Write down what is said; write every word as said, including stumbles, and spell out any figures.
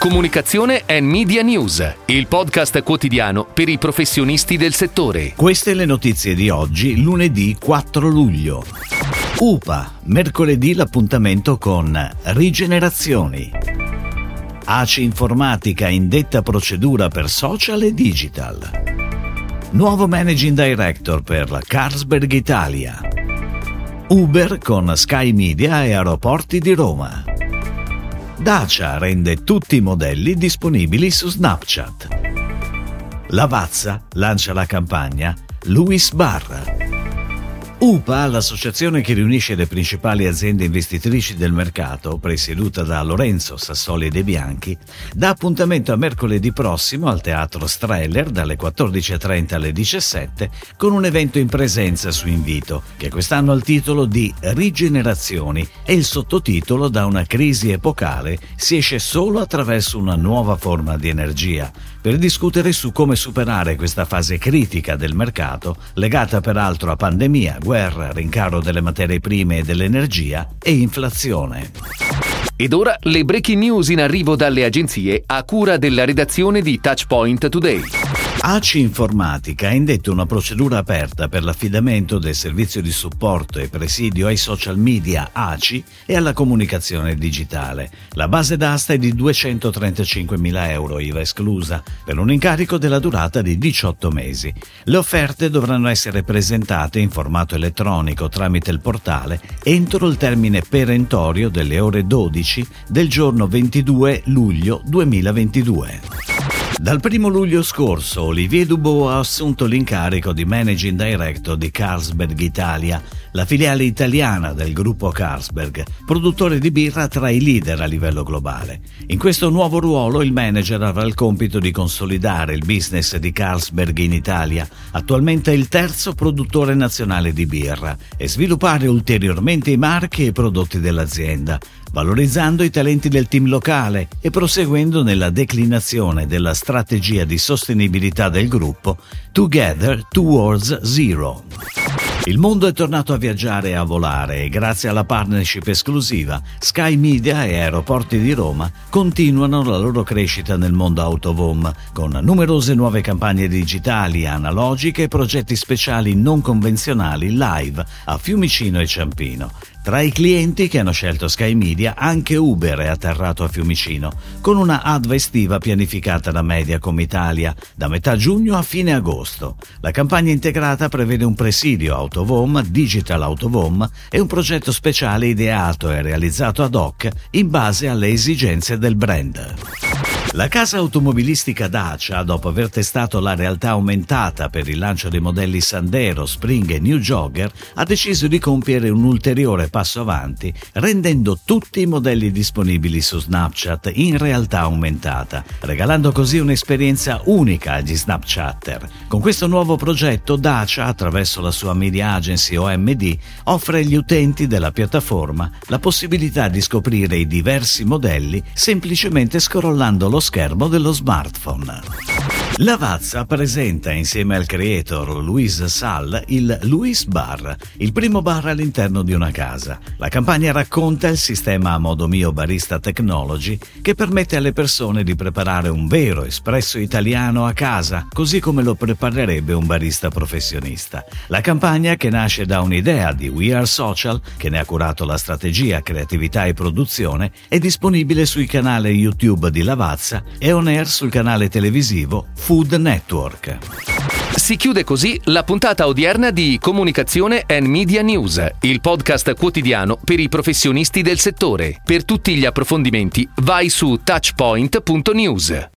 Comunicazione and Media News, il podcast quotidiano per i professionisti del settore. Queste le notizie di oggi, lunedì quattro luglio. U P A, mercoledì l'appuntamento con Rigenerazioni. A C I Informatica indetta procedura per social e digital. Nuovo Managing Director per Carlsberg Italia. Uber con Sky Media e Aeroporti di Roma. Dacia rende tutti i modelli disponibili su Snapchat. Lavazza lancia la campagna Louis Barra. U P A, l'associazione che riunisce le principali aziende investitrici del mercato, presieduta da Lorenzo Sassoli De Bianchi, dà appuntamento a mercoledì prossimo al Teatro Streller dalle quattordici e trenta alle diciassette con un evento in presenza su invito, che quest'anno ha il titolo di Rigenerazioni e il sottotitolo Da una crisi epocale si esce solo attraverso una nuova forma di energia, per discutere su come superare questa fase critica del mercato, legata peraltro a pandemia, guerra, rincaro delle materie prime e dell'energia e inflazione. Ed ora le breaking news in arrivo dalle agenzie a cura della redazione di Touchpoint Today. A C I Informatica ha indetto una procedura aperta per l'affidamento del servizio di supporto e presidio ai social media A C I e alla comunicazione digitale. La base d'asta è di duecentotrentacinquemila euro, I V A esclusa, per un incarico della durata di diciotto mesi. Le offerte dovranno essere presentate in formato elettronico tramite il portale entro il termine perentorio delle ore dodici del giorno ventidue luglio duemilaventidue. Dal primo luglio scorso Olivier Dubois ha assunto l'incarico di Managing Director di Carlsberg Italia, la filiale italiana del gruppo Carlsberg, produttore di birra tra i leader a livello globale. In questo nuovo ruolo il manager avrà il compito di consolidare il business di Carlsberg in Italia, attualmente il terzo produttore nazionale di birra, e sviluppare ulteriormente i marchi e i prodotti dell'azienda, valorizzando i talenti del team locale e proseguendo nella declinazione della strategia di sostenibilità del gruppo Together Towards Zero. Il mondo è tornato a viaggiare e a volare e grazie alla partnership esclusiva Sky Media e Aeroporti di Roma continuano la loro crescita nel mondo autovom con numerose nuove campagne digitali, analogiche e progetti speciali non convenzionali live a Fiumicino e Ciampino. Tra i clienti che hanno scelto Sky Media anche Uber è atterrato a Fiumicino con una adva estiva pianificata da Mediacom Italia da metà giugno a fine agosto. La campagna integrata prevede un presidio autovom, digital autovom e un progetto speciale ideato e realizzato ad hoc in base alle esigenze del brand. La casa automobilistica Dacia, dopo aver testato la realtà aumentata per il lancio dei modelli Sandero, Spring e New Jogger, ha deciso di compiere un ulteriore passo avanti, rendendo tutti i modelli disponibili su Snapchat in realtà aumentata, regalando così un'esperienza unica agli Snapchatter. Con questo nuovo progetto Dacia, attraverso la sua media agency O M D, offre agli utenti della piattaforma la possibilità di scoprire i diversi modelli semplicemente scrollando lo schermo dello smartphone. Lavazza presenta insieme al creator Luis Sal il Louis Bar, il primo bar all'interno di una casa. La campagna racconta il sistema a modo mio Barista Technology che permette alle persone di preparare un vero espresso italiano a casa, così come lo preparerebbe un barista professionista. La campagna, che nasce da un'idea di We Are Social, che ne ha curato la strategia, creatività e produzione, è disponibile sui canali YouTube di Lavazza e on air sul canale televisivo Food Network. Si chiude così la puntata odierna di Comunicazione and Media News, il podcast quotidiano per i professionisti del settore. Per tutti gli approfondimenti vai su touchpoint punto news.